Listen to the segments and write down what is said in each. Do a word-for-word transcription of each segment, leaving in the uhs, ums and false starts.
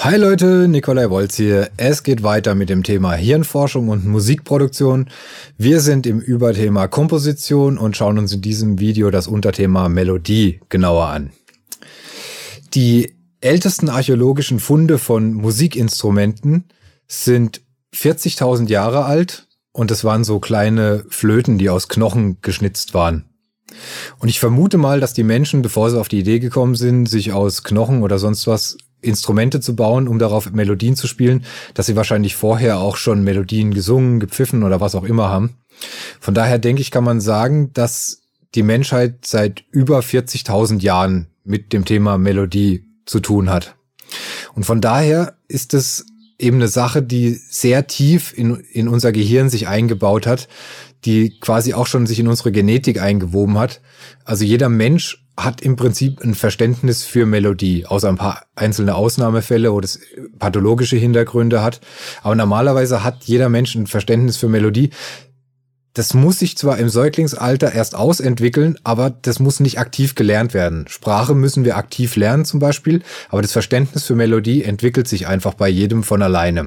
Hi Leute, Nikolai Wolz hier. Es geht weiter mit dem Thema Hirnforschung und Musikproduktion. Wir sind im Überthema Komposition und schauen uns in diesem Video das Unterthema Melodie genauer an. Die ältesten archäologischen Funde von Musikinstrumenten sind vierzigtausend Jahre alt und es waren so kleine Flöten, die aus Knochen geschnitzt waren. Und ich vermute mal, dass die Menschen, bevor sie auf die Idee gekommen sind, sich aus Knochen oder sonst was Instrumente zu bauen, um darauf Melodien zu spielen, dass sie wahrscheinlich vorher auch schon Melodien gesungen, gepfiffen oder was auch immer haben. Von daher denke ich, kann man sagen, dass die Menschheit seit über vierzigtausend Jahren mit dem Thema Melodie zu tun hat. Und von daher ist es eben eine Sache, die sehr tief in, in unser Gehirn sich eingebaut hat, die quasi auch schon sich in unsere Genetik eingewoben hat. Also jeder Mensch hat im Prinzip ein Verständnis für Melodie, außer ein paar einzelne Ausnahmefälle, wo das pathologische Hintergründe hat. Aber normalerweise hat jeder Mensch ein Verständnis für Melodie. Das muss sich zwar im Säuglingsalter erst ausentwickeln, aber das muss nicht aktiv gelernt werden. Sprache müssen wir aktiv lernen zum Beispiel, aber das Verständnis für Melodie entwickelt sich einfach bei jedem von alleine.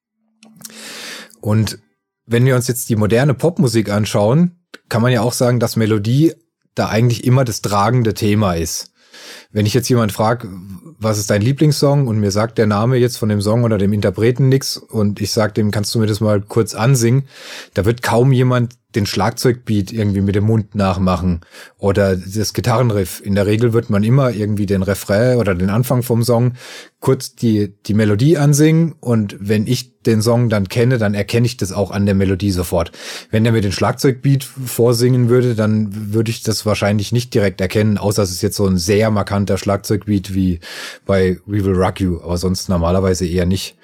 Und wenn wir uns jetzt die moderne Popmusik anschauen, kann man ja auch sagen, dass Melodie da eigentlich immer das tragende Thema ist. Wenn ich jetzt jemand frage, was ist dein Lieblingssong und mir sagt der Name jetzt von dem Song oder dem Interpreten nix und ich sage dem, kannst du mir das mal kurz ansingen, da wird kaum jemand den Schlagzeugbeat irgendwie mit dem Mund nachmachen oder das Gitarrenriff. In der Regel wird man immer irgendwie den Refrain oder den Anfang vom Song kurz die die Melodie ansingen und wenn ich den Song dann kenne, dann erkenne ich das auch an der Melodie sofort. Wenn der mir den Schlagzeugbeat vorsingen würde, dann würde ich das wahrscheinlich nicht direkt erkennen, außer es ist jetzt so ein sehr markanter Schlagzeugbeat wie bei We Will Rock You, aber sonst normalerweise eher nicht.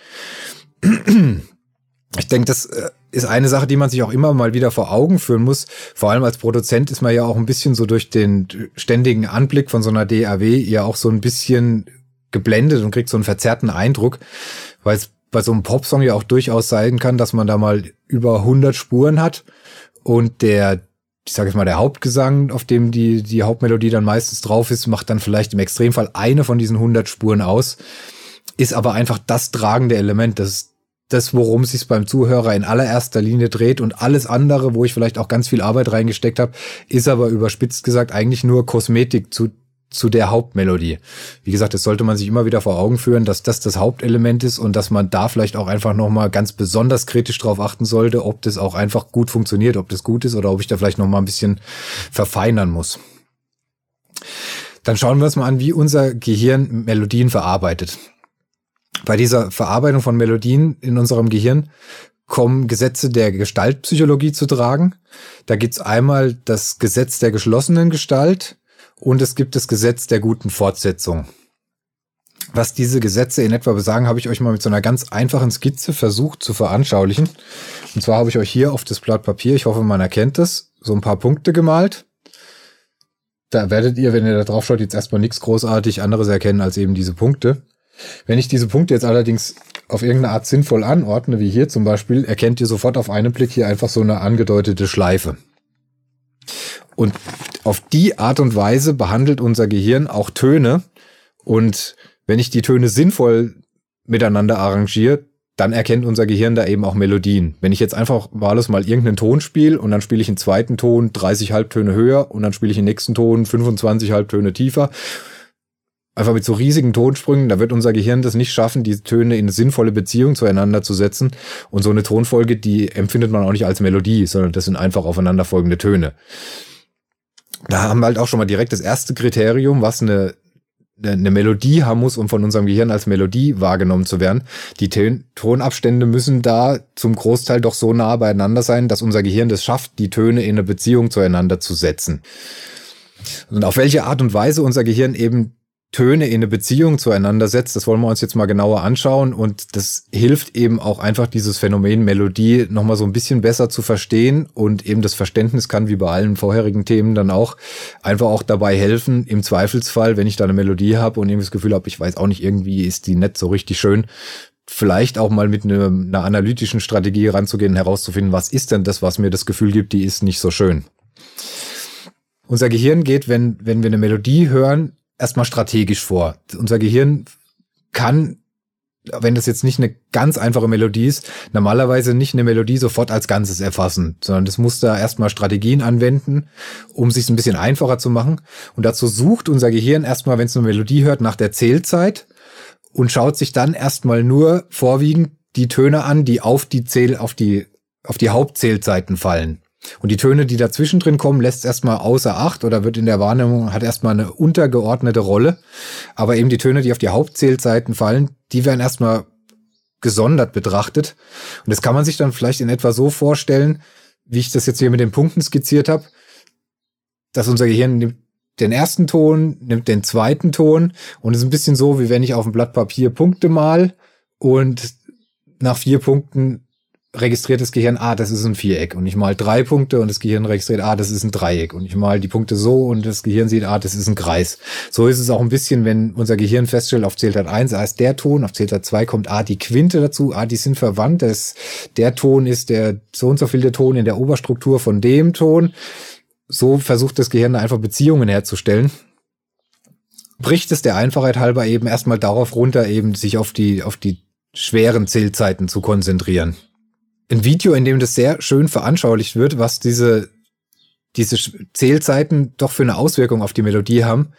Ich denke, das ist eine Sache, die man sich auch immer mal wieder vor Augen führen muss. Vor allem als Produzent ist man ja auch ein bisschen so durch den ständigen Anblick von so einer D A W ja auch so ein bisschen geblendet und kriegt so einen verzerrten Eindruck, weil es bei so einem Popsong ja auch durchaus sein kann, dass man da mal über hundert Spuren hat und der, ich sage jetzt mal, der Hauptgesang, auf dem die die Hauptmelodie dann meistens drauf ist, macht dann vielleicht im Extremfall eine von diesen hundert Spuren aus, ist aber einfach das tragende Element, das ist das, worum es sich beim Zuhörer in allererster Linie dreht und alles andere, wo ich vielleicht auch ganz viel Arbeit reingesteckt habe, ist aber überspitzt gesagt eigentlich nur Kosmetik zu zu der Hauptmelodie. Wie gesagt, das sollte man sich immer wieder vor Augen führen, dass das das Hauptelement ist und dass man da vielleicht auch einfach nochmal ganz besonders kritisch drauf achten sollte, ob das auch einfach gut funktioniert, ob das gut ist oder ob ich da vielleicht nochmal ein bisschen verfeinern muss. Dann schauen wir uns mal an, wie unser Gehirn Melodien verarbeitet. Bei dieser Verarbeitung von Melodien in unserem Gehirn kommen Gesetze der Gestaltpsychologie zu tragen. Da gibt's einmal das Gesetz der geschlossenen Gestalt und es gibt das Gesetz der guten Fortsetzung. Was diese Gesetze in etwa besagen, habe ich euch mal mit so einer ganz einfachen Skizze versucht zu veranschaulichen. Und zwar habe ich euch hier auf das Blatt Papier, ich hoffe, man erkennt es, so ein paar Punkte gemalt. Da werdet ihr, wenn ihr da drauf schaut, jetzt erstmal nichts großartig anderes erkennen als eben diese Punkte. Wenn ich diese Punkte jetzt allerdings auf irgendeine Art sinnvoll anordne, wie hier zum Beispiel, erkennt ihr sofort auf einen Blick hier einfach so eine angedeutete Schleife. Und auf die Art und Weise behandelt unser Gehirn auch Töne. Und wenn ich die Töne sinnvoll miteinander arrangiere, dann erkennt unser Gehirn da eben auch Melodien. Wenn ich jetzt einfach wahllos mal irgendeinen Ton spiele und dann spiele ich einen zweiten Ton dreißig Halbtöne höher und dann spiele ich den nächsten Ton fünfundzwanzig Halbtöne tiefer, einfach mit so riesigen Tonsprüngen, da wird unser Gehirn das nicht schaffen, die Töne in eine sinnvolle Beziehung zueinander zu setzen. Und so eine Tonfolge, die empfindet man auch nicht als Melodie, sondern das sind einfach aufeinanderfolgende Töne. Da haben wir halt auch schon mal direkt das erste Kriterium, was eine, eine Melodie haben muss, um von unserem Gehirn als Melodie wahrgenommen zu werden. Die Ton- Tonabstände müssen da zum Großteil doch so nah beieinander sein, dass unser Gehirn das schafft, die Töne in eine Beziehung zueinander zu setzen. Und auf welche Art und Weise unser Gehirn eben Töne in eine Beziehung zueinander setzt, das wollen wir uns jetzt mal genauer anschauen und das hilft eben auch einfach dieses Phänomen Melodie nochmal so ein bisschen besser zu verstehen und eben das Verständnis kann wie bei allen vorherigen Themen dann auch einfach auch dabei helfen, im Zweifelsfall, wenn ich da eine Melodie habe und irgendwie das Gefühl habe, ich weiß auch nicht, irgendwie ist die nicht so richtig schön, vielleicht auch mal mit einer, einer analytischen Strategie ranzugehen, herauszufinden, was ist denn das, was mir das Gefühl gibt, die ist nicht so schön. Unser Gehirn geht, wenn, wenn wir eine Melodie hören, erstmal strategisch vor. Unser Gehirn kann wenn das jetzt nicht eine ganz einfache Melodie ist, normalerweise nicht eine Melodie sofort als Ganzes erfassen, sondern das muss da erstmal Strategien anwenden, um es sich ein bisschen einfacher zu machen. Und dazu sucht unser Gehirn erstmal, wenn es eine Melodie hört, nach der Zählzeit und schaut sich dann erstmal nur vorwiegend die Töne an, die auf die Zähl, auf die, auf die Hauptzählzeiten fallen. Und die Töne, die dazwischen drin kommen, lässt erstmal außer Acht oder wird in der Wahrnehmung, hat erstmal eine untergeordnete Rolle. Aber eben die Töne, die auf die Hauptzählzeiten fallen, die werden erstmal gesondert betrachtet. Und das kann man sich dann vielleicht in etwa so vorstellen, wie ich das jetzt hier mit den Punkten skizziert habe, dass unser Gehirn nimmt den ersten Ton, nimmt den zweiten Ton und es ist ein bisschen so, wie wenn ich auf dem Blatt Papier Punkte mal und nach vier Punkten registriert das Gehirn, ah, das ist ein Viereck und ich mal drei Punkte und das Gehirn registriert, ah, das ist ein Dreieck und ich mal die Punkte so und das Gehirn sieht, ah, das ist ein Kreis. So ist es auch ein bisschen, wenn unser Gehirn feststellt, auf Zähltart eins, ah, ist der Ton, auf Zähltart zwei kommt, ah, die Quinte dazu, ah, die sind verwandt, das, der Ton ist der so und so viele Ton in der Oberstruktur von dem Ton. So versucht das Gehirn einfach Beziehungen herzustellen. Bricht es der Einfachheit halber eben erstmal darauf runter, eben sich auf die, auf die schweren Zählzeiten zu konzentrieren. Ein Video, in dem das sehr schön veranschaulicht wird, was diese, diese Zählzeiten doch für eine Auswirkung auf die Melodie haben,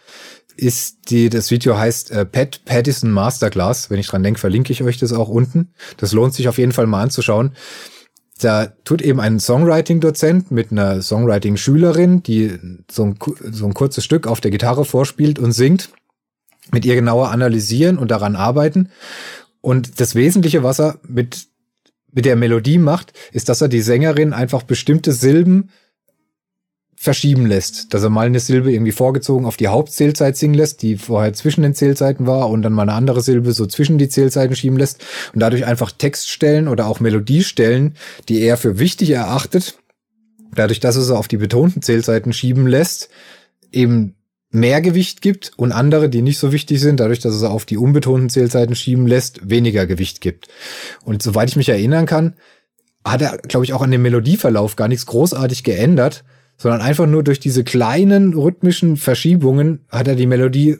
ist die, das Video heißt äh, Pat Pattison Masterclass. Wenn ich dran denke, verlinke ich euch das auch unten. Das lohnt sich auf jeden Fall mal anzuschauen. Da tut eben ein Songwriting-Dozent mit einer Songwriting-Schülerin, die so ein, so ein kurzes Stück auf der Gitarre vorspielt und singt, mit ihr genauer analysieren und daran arbeiten. Und das Wesentliche, was er mit mit der Melodie macht, ist, dass er die Sängerin einfach bestimmte Silben verschieben lässt. Dass er mal eine Silbe irgendwie vorgezogen auf die Hauptzählzeit singen lässt, die vorher zwischen den Zählzeiten war und dann mal eine andere Silbe so zwischen die Zählzeiten schieben lässt und dadurch einfach Textstellen oder auch Melodiestellen, die er für wichtig erachtet, dadurch, dass er sie auf die betonten Zählzeiten schieben lässt, eben mehr Gewicht gibt und andere, die nicht so wichtig sind, dadurch, dass es auf die unbetonten Zählzeiten schieben lässt, weniger Gewicht gibt. Und soweit ich mich erinnern kann, hat er, glaube ich, auch an dem Melodieverlauf gar nichts großartig geändert, sondern einfach nur durch diese kleinen rhythmischen Verschiebungen hat er die Melodie,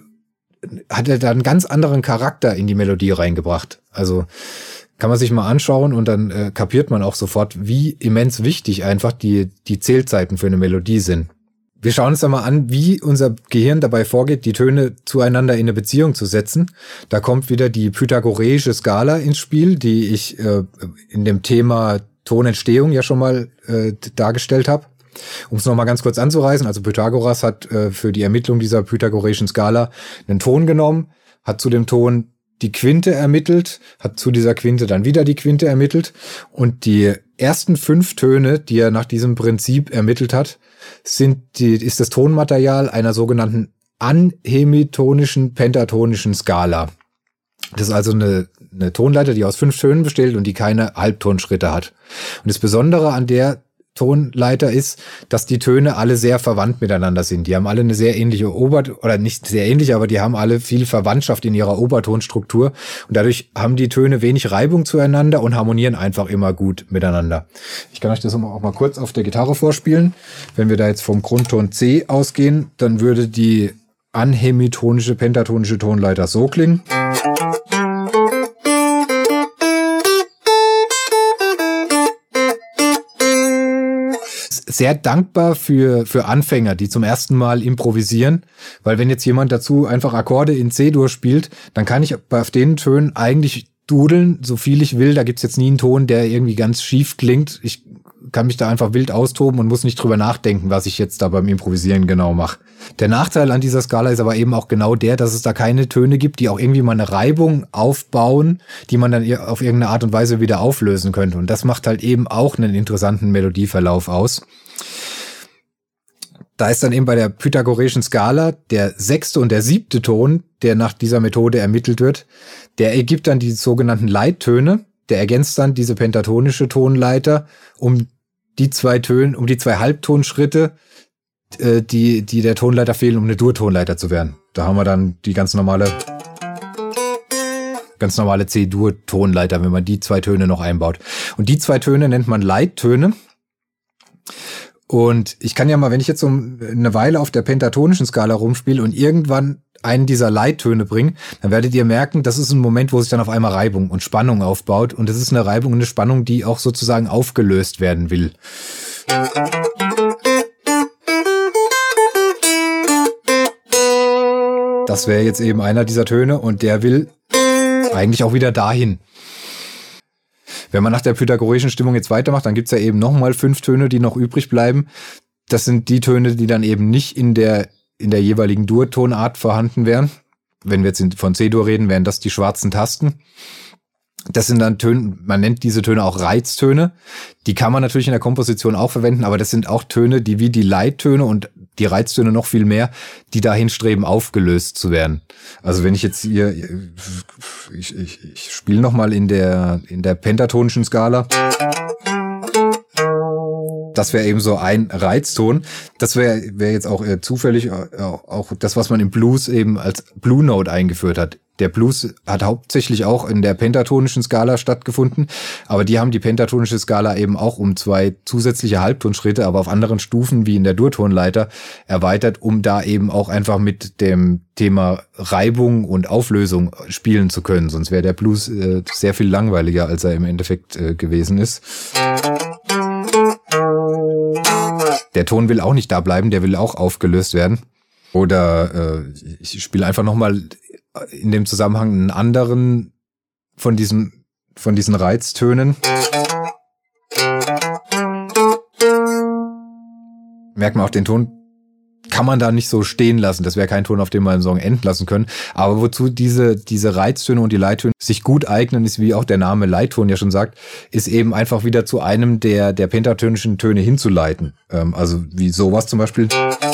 hat er da einen ganz anderen Charakter in die Melodie reingebracht. Also kann man sich mal anschauen und dann äh, kapiert man auch sofort, wie immens wichtig einfach die, die Zählzeiten für eine Melodie sind. Wir schauen uns einmal an, wie unser Gehirn dabei vorgeht, die Töne zueinander in eine Beziehung zu setzen. Da kommt wieder die pythagoreische Skala ins Spiel, die ich äh, in dem Thema Tonentstehung ja schon mal äh, dargestellt habe. Um es nochmal ganz kurz anzureißen, also Pythagoras hat äh, für die Ermittlung dieser pythagoreischen Skala einen Ton genommen, hat zu dem Ton die Quinte ermittelt, hat zu dieser Quinte dann wieder die Quinte ermittelt und die ersten fünf Töne, die er nach diesem Prinzip ermittelt hat, sind die, ist das Tonmaterial einer sogenannten anhemitonischen pentatonischen Skala. Das ist also eine, eine Tonleiter, die aus fünf Tönen besteht und die keine Halbtonschritte hat. Und das Besondere an der Tonleiter ist, dass die Töne alle sehr verwandt miteinander sind. Die haben alle eine sehr ähnliche Ober- oder nicht sehr ähnlich, aber die haben alle viel Verwandtschaft in ihrer Obertonstruktur und dadurch haben die Töne wenig Reibung zueinander und harmonieren einfach immer gut miteinander. Ich kann euch das auch mal kurz auf der Gitarre vorspielen. Wenn wir da jetzt vom Grundton C ausgehen, dann würde die anhemitonische pentatonische Tonleiter so klingen. Sehr dankbar für, für Anfänger, die zum ersten Mal improvisieren, weil wenn jetzt jemand dazu einfach Akkorde in C-Dur spielt, dann kann ich auf den Tönen eigentlich dudeln, so viel ich will. Da gibt's jetzt nie einen Ton, der irgendwie ganz schief klingt. Ich kann mich da einfach wild austoben und muss nicht drüber nachdenken, was ich jetzt da beim Improvisieren genau mache. Der Nachteil an dieser Skala ist aber eben auch genau der, dass es da keine Töne gibt, die auch irgendwie mal eine Reibung aufbauen, die man dann auf irgendeine Art und Weise wieder auflösen könnte. Und das macht halt eben auch einen interessanten Melodieverlauf aus. Da ist dann eben bei der pythagoreischen Skala der sechste und der siebte Ton, der nach dieser Methode ermittelt wird, der ergibt dann die sogenannten Leittöne. Der ergänzt dann diese pentatonische Tonleiter um die zwei Töne, um die zwei Halbtonschritte, äh, die, die der Tonleiter fehlen, um eine Dur-Tonleiter zu werden. Da haben wir dann die ganz normale, ganz normale C-Dur-Tonleiter, wenn man die zwei Töne noch einbaut. Und die zwei Töne nennt man Leittöne. Und ich kann ja mal, wenn ich jetzt so eine Weile auf der pentatonischen Skala rumspiele und irgendwann einen dieser Leittöne bringe, dann werdet ihr merken, das ist ein Moment, wo sich dann auf einmal Reibung und Spannung aufbaut. Und das ist eine Reibung und eine Spannung, die auch sozusagen aufgelöst werden will. Das wäre jetzt eben einer dieser Töne und der will eigentlich auch wieder dahin. Wenn man nach der pythagorischen Stimmung jetzt weitermacht, dann gibt's ja eben nochmal fünf Töne, die noch übrig bleiben. Das sind die Töne, die dann eben nicht in der, in der jeweiligen Dur-Tonart vorhanden wären. Wenn wir jetzt von C-Dur reden, wären das die schwarzen Tasten. Das sind dann Töne, man nennt diese Töne auch Reiztöne. Die kann man natürlich in der Komposition auch verwenden, aber das sind auch Töne, die wie die Leittöne und die Reiztöne noch viel mehr, die dahin streben, aufgelöst zu werden. Also wenn ich jetzt hier, ich, ich, ich spiele nochmal in der, in der pentatonischen Skala. Das wäre eben so ein Reizton. Das wäre wäre jetzt auch äh, zufällig äh, auch das, was man im Blues eben als Blue Note eingeführt hat. Der Blues hat hauptsächlich auch in der pentatonischen Skala stattgefunden, aber die haben die pentatonische Skala eben auch um zwei zusätzliche Halbtonschritte, aber auf anderen Stufen wie in der Durtonleiter erweitert, um da eben auch einfach mit dem Thema Reibung und Auflösung spielen zu können. Sonst wäre der Blues äh, sehr viel langweiliger, als er im Endeffekt äh, gewesen ist. Der Ton will auch nicht da bleiben, der will auch aufgelöst werden. Oder äh, ich spiele einfach nochmal in dem Zusammenhang einen anderen von diesen, von diesen Reiztönen. Merkt man auch, den Ton kann man da nicht so stehen lassen. Das wäre kein Ton, auf dem man einen Song enden lassen können. Aber wozu diese, diese Reiztöne und die Leittöne sich gut eignen, ist, wie auch der Name Leitton ja schon sagt, ist eben einfach wieder zu einem der, der pentatonischen Töne hinzuleiten. Ähm, also wie sowas zum Beispiel.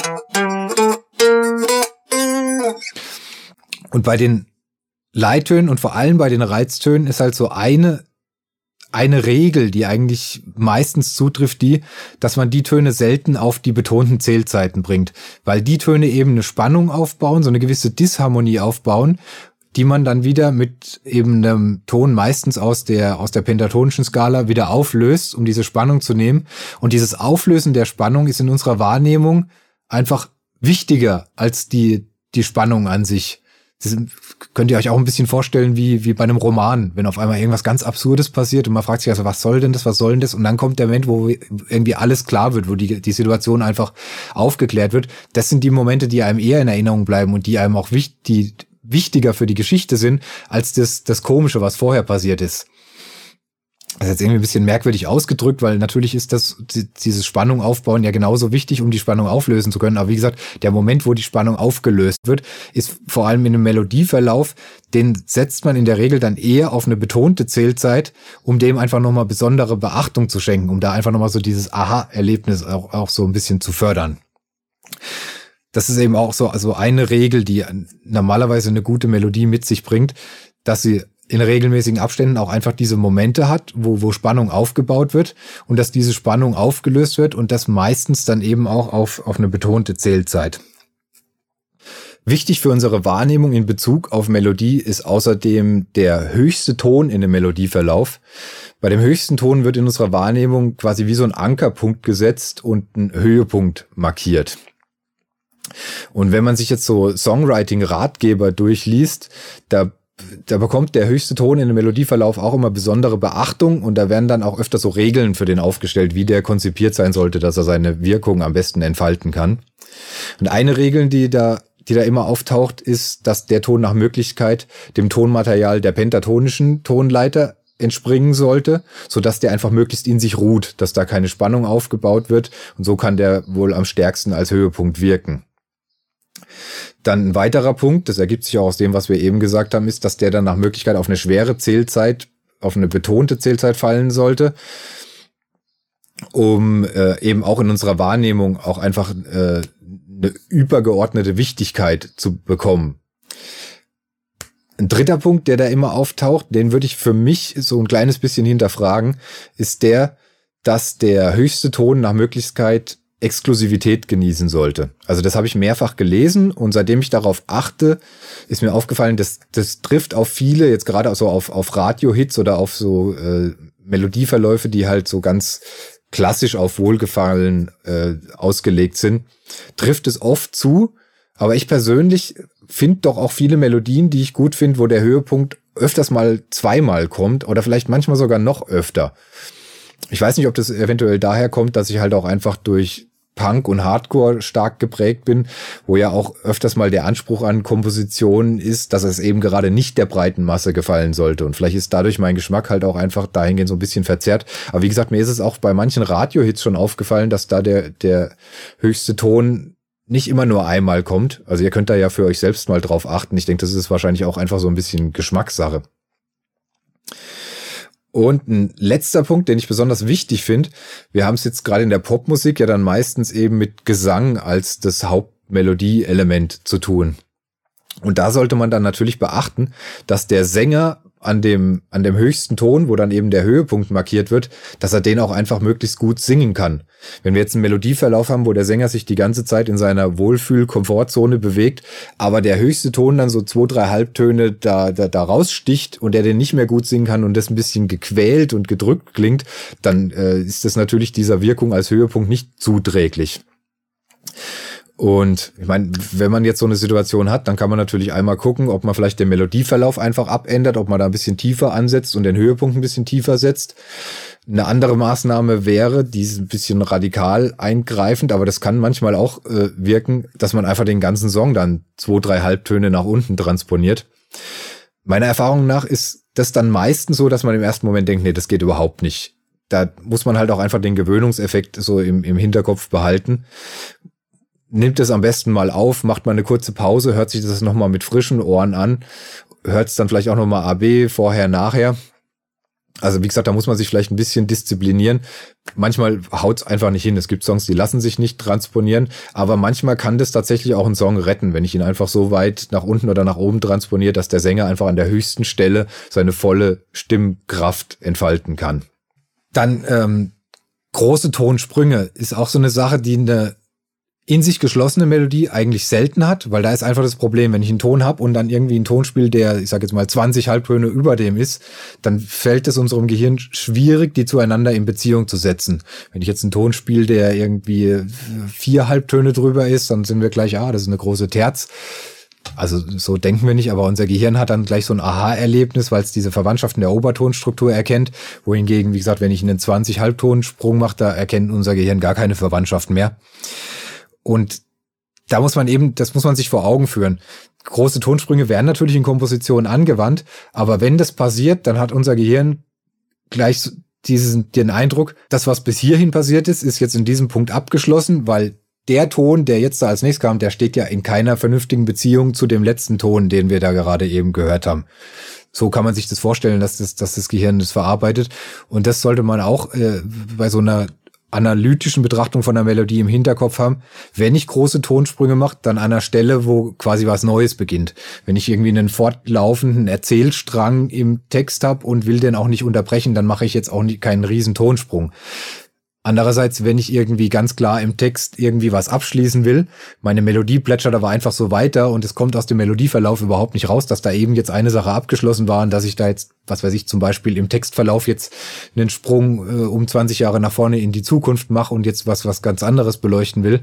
Und bei den Leittönen und vor allem bei den Reiztönen ist halt so eine, eine Regel, die eigentlich meistens zutrifft, die, dass man die Töne selten auf die betonten Zählzeiten bringt. Weil die Töne eben eine Spannung aufbauen, so eine gewisse Disharmonie aufbauen, die man dann wieder mit eben einem Ton meistens aus der, aus der pentatonischen Skala wieder auflöst, um diese Spannung zu nehmen. Und dieses Auflösen der Spannung ist in unserer Wahrnehmung einfach wichtiger als die, die Spannung an sich. Das könnt ihr euch auch ein bisschen vorstellen wie wie bei einem Roman, wenn auf einmal irgendwas ganz Absurdes passiert und man fragt sich also, was soll denn das, was soll denn das? Und dann kommt der Moment, wo irgendwie alles klar wird, wo die die Situation einfach aufgeklärt wird. Das sind die Momente, die einem eher in Erinnerung bleiben und die einem auch wichtig, die wichtiger für die Geschichte sind, als das das Komische, was vorher passiert ist. Das ist jetzt irgendwie ein bisschen merkwürdig ausgedrückt, weil natürlich ist das, dieses Spannung aufbauen ja genauso wichtig, um die Spannung auflösen zu können. Aber wie gesagt, der Moment, wo die Spannung aufgelöst wird, ist vor allem in einem Melodieverlauf, den setzt man in der Regel dann eher auf eine betonte Zählzeit, um dem einfach nochmal besondere Beachtung zu schenken, um da einfach nochmal so dieses Aha-Erlebnis auch, auch so ein bisschen zu fördern. Das ist eben auch so also eine Regel, die normalerweise eine gute Melodie mit sich bringt, dass sie in regelmäßigen Abständen auch einfach diese Momente hat, wo, wo Spannung aufgebaut wird und dass diese Spannung aufgelöst wird und das meistens dann eben auch auf, auf eine betonte Zählzeit. Wichtig für unsere Wahrnehmung in Bezug auf Melodie ist außerdem der höchste Ton in dem Melodieverlauf. Bei dem höchsten Ton wird in unserer Wahrnehmung quasi wie so ein Ankerpunkt gesetzt und ein Höhepunkt markiert. Und wenn man sich jetzt so Songwriting-Ratgeber durchliest, da Da bekommt der höchste Ton in dem Melodieverlauf auch immer besondere Beachtung und da werden dann auch öfter so Regeln für den aufgestellt, wie der konzipiert sein sollte, dass er seine Wirkung am besten entfalten kann. Und eine Regel, die da, die da immer auftaucht, ist, dass der Ton nach Möglichkeit dem Tonmaterial der pentatonischen Tonleiter entspringen sollte, sodass der einfach möglichst in sich ruht, dass da keine Spannung aufgebaut wird und so kann der wohl am stärksten als Höhepunkt wirken. Dann ein weiterer Punkt, das ergibt sich auch aus dem, was wir eben gesagt haben, ist, dass der dann nach Möglichkeit auf eine schwere Zählzeit, auf eine betonte Zählzeit fallen sollte, um äh, eben auch in unserer Wahrnehmung auch einfach äh, eine übergeordnete Wichtigkeit zu bekommen. Ein dritter Punkt, der da immer auftaucht, den würde ich für mich so ein kleines bisschen hinterfragen, ist der, dass der höchste Ton nach Möglichkeit Exklusivität genießen sollte. Also das habe ich mehrfach gelesen und seitdem ich darauf achte, ist mir aufgefallen, dass das trifft auf viele, jetzt gerade so auf, auf Radio-Hits oder auf so äh, Melodieverläufe, die halt so ganz klassisch auf Wohlgefallen äh, ausgelegt sind, trifft es oft zu. Aber ich persönlich finde doch auch viele Melodien, die ich gut finde, wo der Höhepunkt öfters mal zweimal kommt oder vielleicht manchmal sogar noch öfter. Ich weiß nicht, ob das eventuell daher kommt, dass ich halt auch einfach durch Punk und Hardcore stark geprägt bin, wo ja auch öfters mal der Anspruch an Kompositionen ist, dass es eben gerade nicht der breiten Masse gefallen sollte. Und vielleicht ist dadurch mein Geschmack halt auch einfach dahingehend so ein bisschen verzerrt. Aber wie gesagt, mir ist es auch bei manchen Radiohits schon aufgefallen, dass da der, der höchste Ton nicht immer nur einmal kommt. Also ihr könnt da ja für euch selbst mal drauf achten. Ich denke, das ist wahrscheinlich auch einfach so ein bisschen Geschmackssache. Und ein letzter Punkt, den ich besonders wichtig finde, wir haben es jetzt gerade in der Popmusik ja dann meistens eben mit Gesang als das Hauptmelodie-Element zu tun. Und da sollte man dann natürlich beachten, dass der Sänger an dem, an dem höchsten Ton, wo dann eben der Höhepunkt markiert wird, dass er den auch einfach möglichst gut singen kann. Wenn wir jetzt einen Melodieverlauf haben, wo der Sänger sich die ganze Zeit in seiner Wohlfühl-Komfortzone bewegt, aber der höchste Ton dann so zwei, drei Halbtöne da, da, da raussticht und der den nicht mehr gut singen kann und das ein bisschen gequält und gedrückt klingt, dann äh, ist das natürlich dieser Wirkung als Höhepunkt nicht zuträglich. Und ich meine, wenn man jetzt so eine Situation hat, dann kann man natürlich einmal gucken, ob man vielleicht den Melodieverlauf einfach abändert, ob man da ein bisschen tiefer ansetzt und den Höhepunkt ein bisschen tiefer setzt. Eine andere Maßnahme wäre, die ist ein bisschen radikal eingreifend, aber das kann manchmal auch äh, wirken, dass man einfach den ganzen Song dann zwei, drei Halbtöne nach unten transponiert. Meiner Erfahrung nach ist das dann meistens so, dass man im ersten Moment denkt, nee, das geht überhaupt nicht. Da muss man halt auch einfach den Gewöhnungseffekt so im, im Hinterkopf behalten. Nimmt es am besten mal auf, macht mal eine kurze Pause, hört sich das nochmal mit frischen Ohren an, hört es dann vielleicht auch nochmal A B, vorher, nachher. Also wie gesagt, da muss man sich vielleicht ein bisschen disziplinieren. Manchmal haut es einfach nicht hin. Es gibt Songs, die lassen sich nicht transponieren, aber manchmal kann das tatsächlich auch einen Song retten, wenn ich ihn einfach so weit nach unten oder nach oben transponiere, dass der Sänger einfach an der höchsten Stelle seine volle Stimmkraft entfalten kann. Dann ähm, große Tonsprünge ist auch so eine Sache, die eine in sich geschlossene Melodie eigentlich selten hat, weil da ist einfach das Problem, wenn ich einen Ton habe und dann irgendwie einen Ton spiele, der, ich sag jetzt mal, zwanzig Halbtöne über dem ist, dann fällt es unserem Gehirn schwierig, die zueinander in Beziehung zu setzen. Wenn ich jetzt einen Ton spiele, der irgendwie vier Halbtöne drüber ist, dann sind wir gleich, ah, das ist eine große Terz. Also so denken wir nicht, aber unser Gehirn hat dann gleich so ein Aha-Erlebnis, weil es diese Verwandtschaften der Obertonstruktur erkennt, wohingegen, wie gesagt, wenn ich einen zwanzig Halbtonsprung mache, da erkennt unser Gehirn gar keine Verwandtschaft mehr. Und da muss man eben, das muss man sich vor Augen führen. Große Tonsprünge werden natürlich in Kompositionen angewandt, aber wenn das passiert, dann hat unser Gehirn gleich diesen, den Eindruck, das, was bis hierhin passiert ist, ist jetzt in diesem Punkt abgeschlossen, weil der Ton, der jetzt da als nächstes kam, der steht ja in keiner vernünftigen Beziehung zu dem letzten Ton, den wir da gerade eben gehört haben. So kann man sich das vorstellen, dass das, dass das Gehirn das verarbeitet. Und das sollte man auch äh, bei so einer analytischen Betrachtung von der Melodie im Hinterkopf haben. Wenn ich große Tonsprünge mache, dann an einer Stelle, wo quasi was Neues beginnt. Wenn ich irgendwie einen fortlaufenden Erzählstrang im Text habe und will den auch nicht unterbrechen, dann mache ich jetzt auch nicht, keinen riesen Tonsprung. Andererseits, wenn ich irgendwie ganz klar im Text irgendwie was abschließen will, meine Melodie plätschert aber einfach so weiter und es kommt aus dem Melodieverlauf überhaupt nicht raus, dass da eben jetzt eine Sache abgeschlossen war und dass ich da jetzt, was weiß ich, zum Beispiel im Textverlauf jetzt einen Sprung äh, um zwanzig Jahre nach vorne in die Zukunft mache und jetzt was was ganz anderes beleuchten will,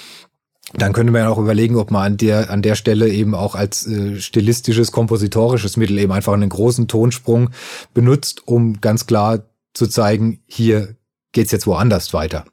dann könnte man ja auch überlegen, ob man an der an der Stelle eben auch als äh, stilistisches, kompositorisches Mittel eben einfach einen großen Tonsprung benutzt, um ganz klar zu zeigen, hier geht's jetzt woanders weiter.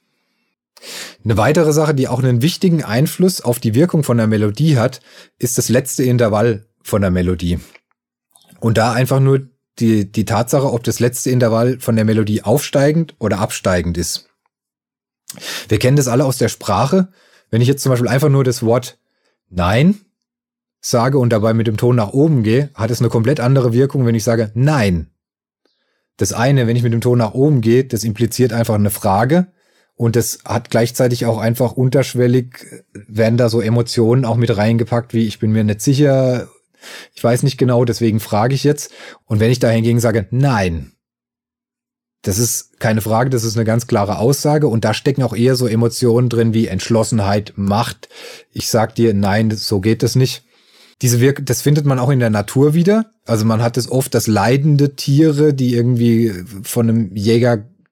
Eine weitere Sache, die auch einen wichtigen Einfluss auf die Wirkung von der Melodie hat, ist das letzte Intervall von der Melodie. Und da einfach nur die, die Tatsache, ob das letzte Intervall von der Melodie aufsteigend oder absteigend ist. Wir kennen das alle aus der Sprache. Wenn ich jetzt zum Beispiel einfach nur das Wort Nein sage und dabei mit dem Ton nach oben gehe, hat es eine komplett andere Wirkung, wenn ich sage Nein. Das eine, wenn ich mit dem Ton nach oben gehe, das impliziert einfach eine Frage und das hat gleichzeitig auch einfach unterschwellig, werden da so Emotionen auch mit reingepackt, wie ich bin mir nicht sicher, ich weiß nicht genau, deswegen frage ich jetzt. Und wenn ich da hingegen sage, nein, das ist keine Frage, das ist eine ganz klare Aussage und da stecken auch eher so Emotionen drin wie Entschlossenheit, Macht. Ich sag dir, nein, so geht das nicht. Diese Wirk- das findet man auch in der Natur wieder. Also man hat es oft, dass leidende Tiere, die irgendwie von einem Jäger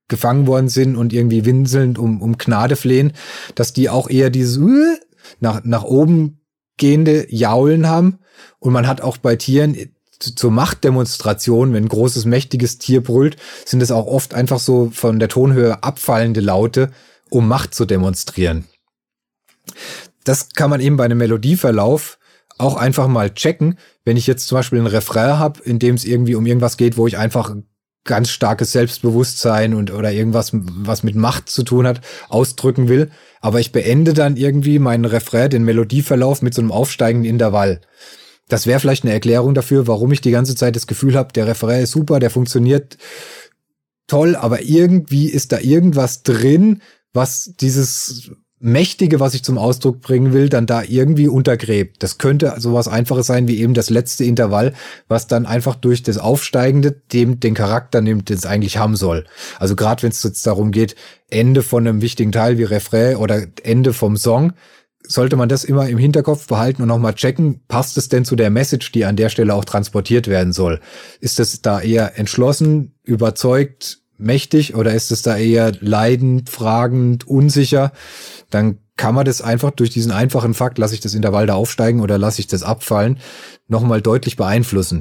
gefangen worden sind und irgendwie winselnd um, um Gnade flehen, dass die auch eher dieses nach, nach oben gehende Jaulen haben. Und man hat auch bei Tieren zur Machtdemonstration, wenn ein großes, mächtiges Tier brüllt, sind es auch oft einfach so von der Tonhöhe abfallende Laute, um Macht zu demonstrieren. Das kann man eben bei einem Melodieverlauf auch einfach mal checken. Wenn ich jetzt zum Beispiel ein Refrain habe, in dem es irgendwie um irgendwas geht, wo ich einfach ganz starkes Selbstbewusstsein und oder irgendwas, was mit Macht zu tun hat, ausdrücken will, aber ich beende dann irgendwie meinen Refrain, den Melodieverlauf mit so einem aufsteigenden Intervall. Das wäre vielleicht eine Erklärung dafür, warum ich die ganze Zeit das Gefühl habe, der Refrain ist super, der funktioniert toll, aber irgendwie ist da irgendwas drin, was dieses Mächtige, was ich zum Ausdruck bringen will, dann da irgendwie untergräbt. Das könnte sowas Einfaches sein wie eben das letzte Intervall, was dann einfach durch das Aufsteigende dem den Charakter nimmt, den es eigentlich haben soll. Also gerade wenn es jetzt darum geht, Ende von einem wichtigen Teil wie Refrain oder Ende vom Song, sollte man das immer im Hinterkopf behalten und nochmal checken, passt es denn zu der Message, die an der Stelle auch transportiert werden soll? Ist es da eher entschlossen, überzeugt, mächtig oder ist es da eher leidend, fragend, unsicher? Dann kann man das einfach durch diesen einfachen Fakt, lasse ich das Intervall da aufsteigen oder lasse ich das abfallen, nochmal deutlich beeinflussen.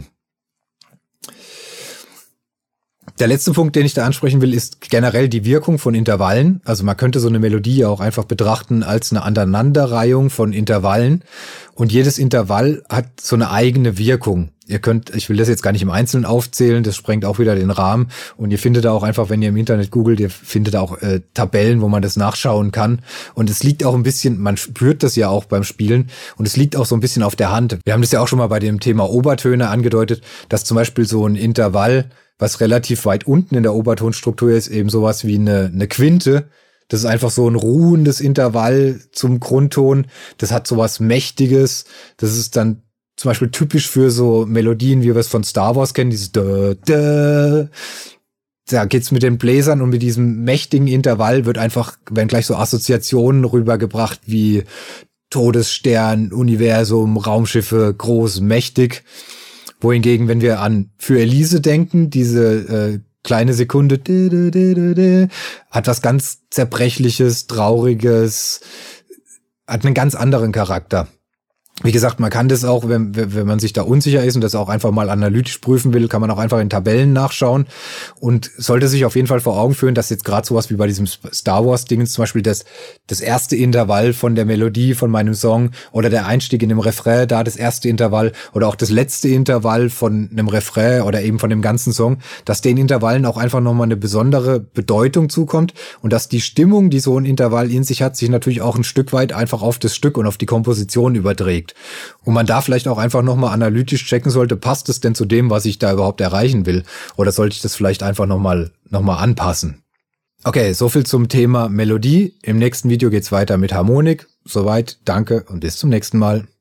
Der letzte Punkt, den ich da ansprechen will, ist generell die Wirkung von Intervallen. Also man könnte so eine Melodie ja auch einfach betrachten als eine Aneinanderreihung von Intervallen. Und jedes Intervall hat so eine eigene Wirkung. Ihr könnt, ich will das jetzt gar nicht im Einzelnen aufzählen, das sprengt auch wieder den Rahmen. Und ihr findet da auch einfach, wenn ihr im Internet googelt, ihr findet da auch äh, Tabellen, wo man das nachschauen kann. Und es liegt auch ein bisschen, man spürt das ja auch beim Spielen. Und es liegt auch so ein bisschen auf der Hand. Wir haben das ja auch schon mal bei dem Thema Obertöne angedeutet, dass zum Beispiel so ein Intervall, was relativ weit unten in der Obertonstruktur ist, eben sowas wie eine, eine Quinte. Das ist einfach so ein ruhendes Intervall zum Grundton. Das hat sowas Mächtiges. Das ist dann zum Beispiel typisch für so Melodien, wie wir es von Star Wars kennen, dieses da, da. Da geht's mit den Bläsern und mit diesem mächtigen Intervall wird einfach, werden gleich so Assoziationen rübergebracht wie Todesstern, Universum, Raumschiffe, groß, mächtig. Wohingegen, wenn wir an Für Elise denken, diese äh, kleine Sekunde hat was ganz Zerbrechliches, Trauriges, hat einen ganz anderen Charakter. Wie gesagt, man kann das auch, wenn, wenn man sich da unsicher ist und das auch einfach mal analytisch prüfen will, kann man auch einfach in Tabellen nachschauen und sollte sich auf jeden Fall vor Augen führen, dass jetzt gerade sowas wie bei diesem Star Wars Ding zum Beispiel das, das erste Intervall von der Melodie von meinem Song oder der Einstieg in dem Refrain, da das erste Intervall oder auch das letzte Intervall von einem Refrain oder eben von dem ganzen Song, dass den Intervallen auch einfach nochmal eine besondere Bedeutung zukommt und dass die Stimmung, die so ein Intervall in sich hat, sich natürlich auch ein Stück weit einfach auf das Stück und auf die Komposition überträgt. Und man da vielleicht auch einfach nochmal analytisch checken sollte, passt es denn zu dem, was ich da überhaupt erreichen will? Oder sollte ich das vielleicht einfach nochmal noch mal anpassen? Okay, soviel zum Thema Melodie. Im nächsten Video geht's weiter mit Harmonik. Soweit, danke und bis zum nächsten Mal.